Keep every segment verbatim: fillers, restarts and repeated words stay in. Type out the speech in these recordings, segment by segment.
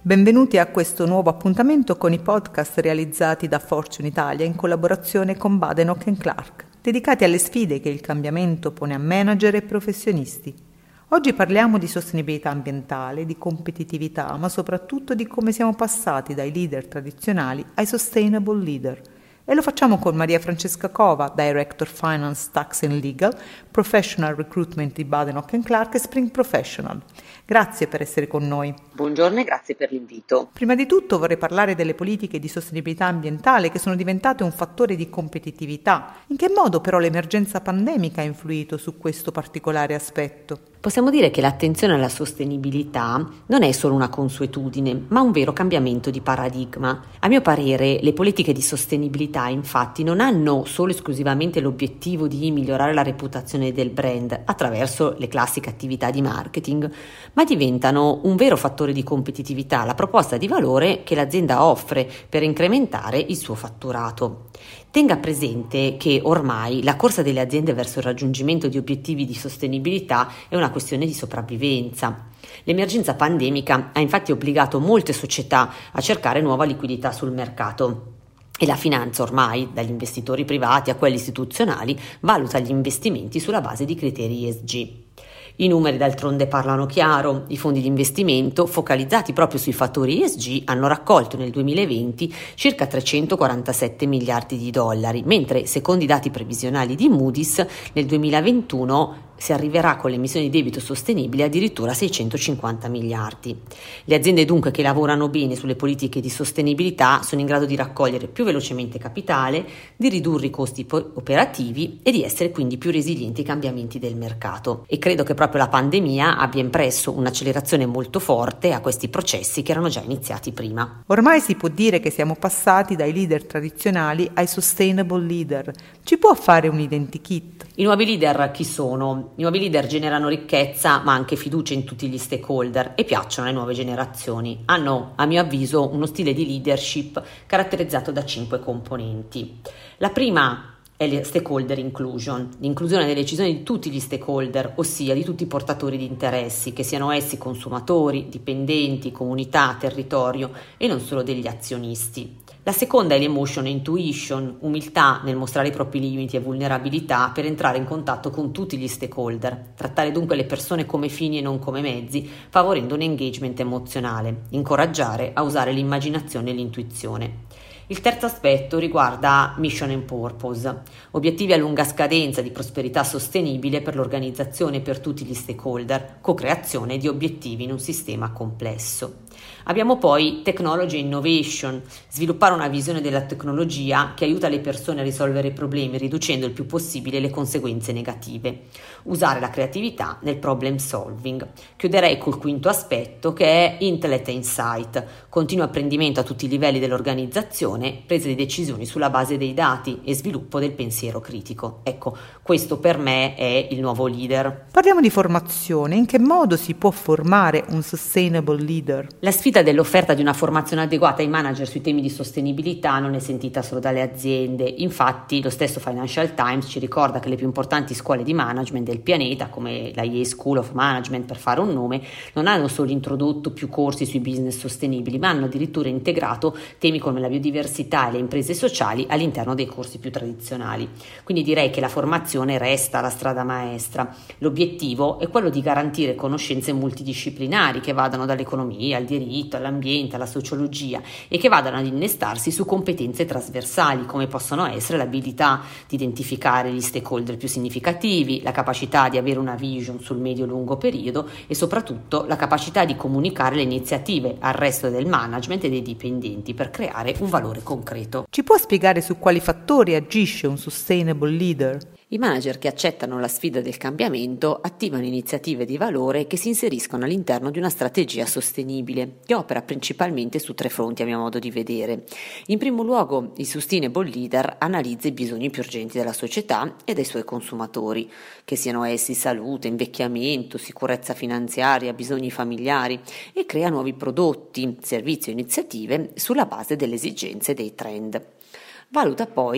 Benvenuti a questo nuovo appuntamento con i podcast realizzati da Fortune Italia in collaborazione con Badenoch and Clark, dedicati alle sfide che il cambiamento pone a manager e professionisti. Oggi parliamo di sostenibilità ambientale, di competitività, ma soprattutto di come siamo passati dai leader tradizionali ai sustainable leader. E lo facciamo con Maria Francesca Cova, Director Finance, Tax and Legal, Professional Recruitment di Badenoch and Clark e Spring Professional. Grazie per essere con noi. Buongiorno e grazie per l'invito. Prima di tutto vorrei parlare delle politiche di sostenibilità ambientale che sono diventate un fattore di competitività. In che modo però l'emergenza pandemica ha influito su questo particolare aspetto? Possiamo dire che l'attenzione alla sostenibilità non è solo una consuetudine, ma un vero cambiamento di paradigma. A mio parere, le politiche di sostenibilità, infatti, non hanno solo esclusivamente l'obiettivo di migliorare la reputazione del brand attraverso le classiche attività di marketing, ma diventano un vero fattore di competitività, la proposta di valore che l'azienda offre per incrementare il suo fatturato. Tenga presente che ormai la corsa delle aziende verso il raggiungimento di obiettivi di sostenibilità è una questione di sopravvivenza. L'emergenza pandemica ha infatti obbligato molte società a cercare nuova liquidità sul mercato. E la finanza ormai, dagli investitori privati a quelli istituzionali, valuta gli investimenti sulla base di criteri E S G. I numeri d'altronde parlano chiaro, i fondi di investimento focalizzati proprio sui fattori E S G hanno raccolto nel duemilaventi circa trecentoquarantasette miliardi di dollari, mentre secondo i dati previsionali di Moody's nel duemilaventuno si arriverà con le emissioni di debito sostenibili addirittura a seicentocinquanta miliardi. Le aziende dunque che lavorano bene sulle politiche di sostenibilità sono in grado di raccogliere più velocemente capitale, di ridurre i costi operativi e di essere quindi più resilienti ai cambiamenti del mercato. E credo che proprio la pandemia abbia impresso un'accelerazione molto forte a questi processi che erano già iniziati prima. Ormai si può dire che siamo passati dai leader tradizionali ai sustainable leader. Ci può fare un identikit? I nuovi leader chi sono? I nuovi leader generano ricchezza ma anche fiducia in tutti gli stakeholder e piacciono alle nuove generazioni. Hanno, a mio avviso, uno stile di leadership caratterizzato da cinque componenti. La prima è la stakeholder inclusion, l'inclusione delle decisioni di tutti gli stakeholder, ossia di tutti i portatori di interessi, che siano essi consumatori, dipendenti, comunità, territorio e non solo degli azionisti. La seconda è l'emotion intuition, umiltà nel mostrare i propri limiti e vulnerabilità per entrare in contatto con tutti gli stakeholder, trattare dunque le persone come fini e non come mezzi, favorendo un engagement emozionale, incoraggiare a usare l'immaginazione e l'intuizione. Il terzo aspetto riguarda mission and purpose, obiettivi a lunga scadenza di prosperità sostenibile per l'organizzazione e per tutti gli stakeholder, co-creazione di obiettivi in un sistema complesso. Abbiamo poi technology innovation, sviluppare una visione della tecnologia che aiuta le persone a risolvere i problemi riducendo il più possibile le conseguenze negative. Usare la creatività nel problem solving. Chiuderei col quinto aspetto che è intellect e insight, continuo apprendimento a tutti i livelli dell'organizzazione, presa di decisioni sulla base dei dati e sviluppo del pensiero critico. Ecco, questo per me è il nuovo leader. Parliamo di formazione. In che modo si può formare un sustainable leader? La sfida dell'offerta di una formazione adeguata ai manager sui temi di sostenibilità non è sentita solo dalle aziende. Infatti, lo stesso Financial Times ci ricorda che le più importanti scuole di management del pianeta, come la Yale School of Management per fare un nome, non hanno solo introdotto più corsi sui business sostenibili, ma hanno addirittura integrato temi come la biodiversità e le imprese sociali all'interno dei corsi più tradizionali. Quindi direi che la formazione resta la strada maestra. L'obiettivo è quello di garantire conoscenze multidisciplinari che vadano dall'economia al diritto, all'ambiente, alla sociologia e che vadano ad innestarsi su competenze trasversali come possono essere l'abilità di identificare gli stakeholder più significativi, la capacità di avere una vision sul medio-lungo periodo e soprattutto la capacità di comunicare le iniziative al resto del management e dei dipendenti per creare un valore concreto. Ci può spiegare su quali fattori agisce un sustainable leader? I manager che accettano la sfida del cambiamento attivano iniziative di valore che si inseriscono all'interno di una strategia sostenibile, che opera principalmente su tre fronti a mio modo di vedere. In primo luogo, il sustainable leader analizza i bisogni più urgenti della società e dei suoi consumatori, che siano essi salute, invecchiamento, sicurezza finanziaria, bisogni familiari, e crea nuovi prodotti, servizi o iniziative sulla base delle esigenze e dei trend. Valuta poi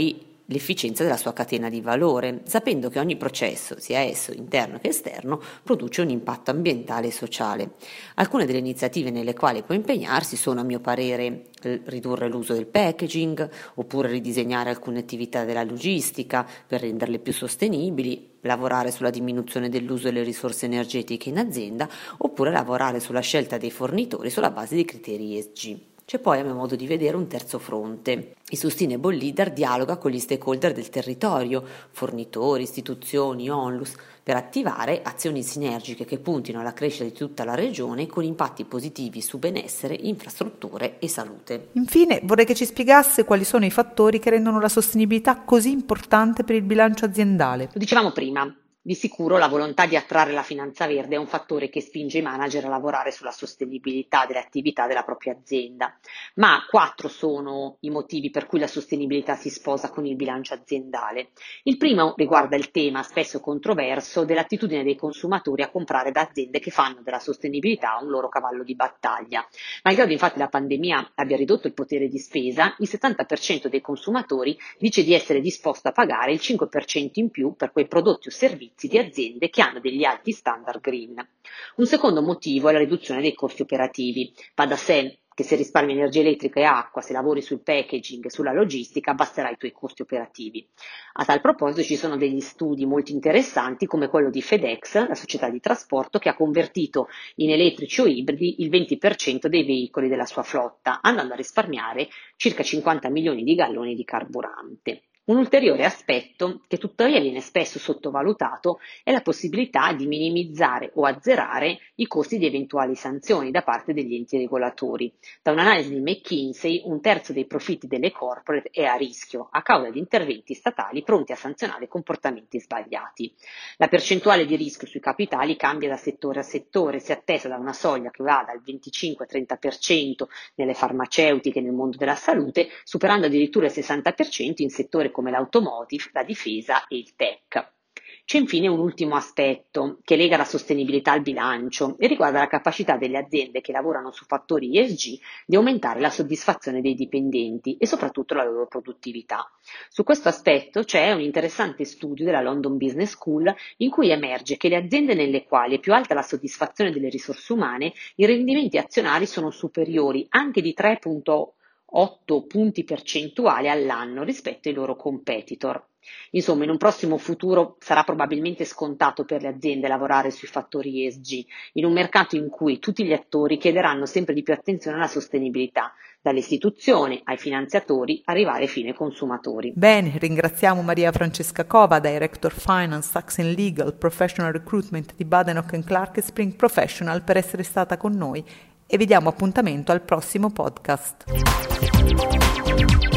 l'efficienza della sua catena di valore, sapendo che ogni processo, sia esso interno che esterno, produce un impatto ambientale e sociale. Alcune delle iniziative nelle quali può impegnarsi sono, a mio parere, ridurre l'uso del packaging, oppure ridisegnare alcune attività della logistica per renderle più sostenibili, lavorare sulla diminuzione dell'uso delle risorse energetiche in azienda, oppure lavorare sulla scelta dei fornitori sulla base di criteri E S G. C'è poi, a mio modo di vedere, un terzo fronte. Il Sustainable Leader dialoga con gli stakeholder del territorio, fornitori, istituzioni, onlus, per attivare azioni sinergiche che puntino alla crescita di tutta la regione con impatti positivi su benessere, infrastrutture e salute. Infine, vorrei che ci spiegasse quali sono i fattori che rendono la sostenibilità così importante per il bilancio aziendale. Lo dicevamo prima. Di sicuro la volontà di attrarre la finanza verde è un fattore che spinge i manager a lavorare sulla sostenibilità delle attività della propria azienda, ma quattro sono i motivi per cui la sostenibilità si sposa con il bilancio aziendale. Il primo riguarda il tema spesso controverso dell'attitudine dei consumatori a comprare da aziende che fanno della sostenibilità un loro cavallo di battaglia. Malgrado infatti la pandemia abbia ridotto il potere di spesa, il settanta per cento dei consumatori dice di essere disposto a pagare il cinque per cento in più per quei prodotti o servizi di aziende che hanno degli alti standard green. Un secondo motivo è la riduzione dei costi operativi. Va da sé che se risparmi energia elettrica e acqua, se lavori sul packaging e sulla logistica, abbasserai i tuoi costi operativi. A tal proposito ci sono degli studi molto interessanti come quello di FedEx, la società di trasporto, che ha convertito in elettrici o ibridi il venti per cento dei veicoli della sua flotta, andando a risparmiare circa cinquanta milioni di galloni di carburante. Un ulteriore aspetto, che tuttavia viene spesso sottovalutato, è la possibilità di minimizzare o azzerare i costi di eventuali sanzioni da parte degli enti regolatori. Da un'analisi di McKinsey, un terzo dei profitti delle corporate è a rischio a causa di interventi statali pronti a sanzionare comportamenti sbagliati. La percentuale di rischio sui capitali cambia da settore a settore, si attesta da una soglia che va dal venticinque al trenta per cento nelle farmaceutiche e nel mondo della salute, superando addirittura il sessanta per cento in settori come l'automotive, la difesa e il tech. C'è infine un ultimo aspetto che lega la sostenibilità al bilancio e riguarda la capacità delle aziende che lavorano su fattori E S G di aumentare la soddisfazione dei dipendenti e soprattutto la loro produttività. Su questo aspetto c'è un interessante studio della London Business School in cui emerge che le aziende nelle quali è più alta la soddisfazione delle risorse umane, i rendimenti azionari sono superiori anche di tre virgola otto punti percentuali all'anno rispetto ai loro competitor. Insomma, in un prossimo futuro sarà probabilmente scontato per le aziende lavorare sui fattori E S G, in un mercato in cui tutti gli attori chiederanno sempre di più attenzione alla sostenibilità, dalle istituzioni ai finanziatori, arrivare fino ai consumatori. Bene, ringraziamo Maria Francesca Cova, Director Finance, Tax and Legal, Professional Recruitment di Badenoch and Clark e Spring Professional per essere stata con noi e vi diamo appuntamento al prossimo podcast.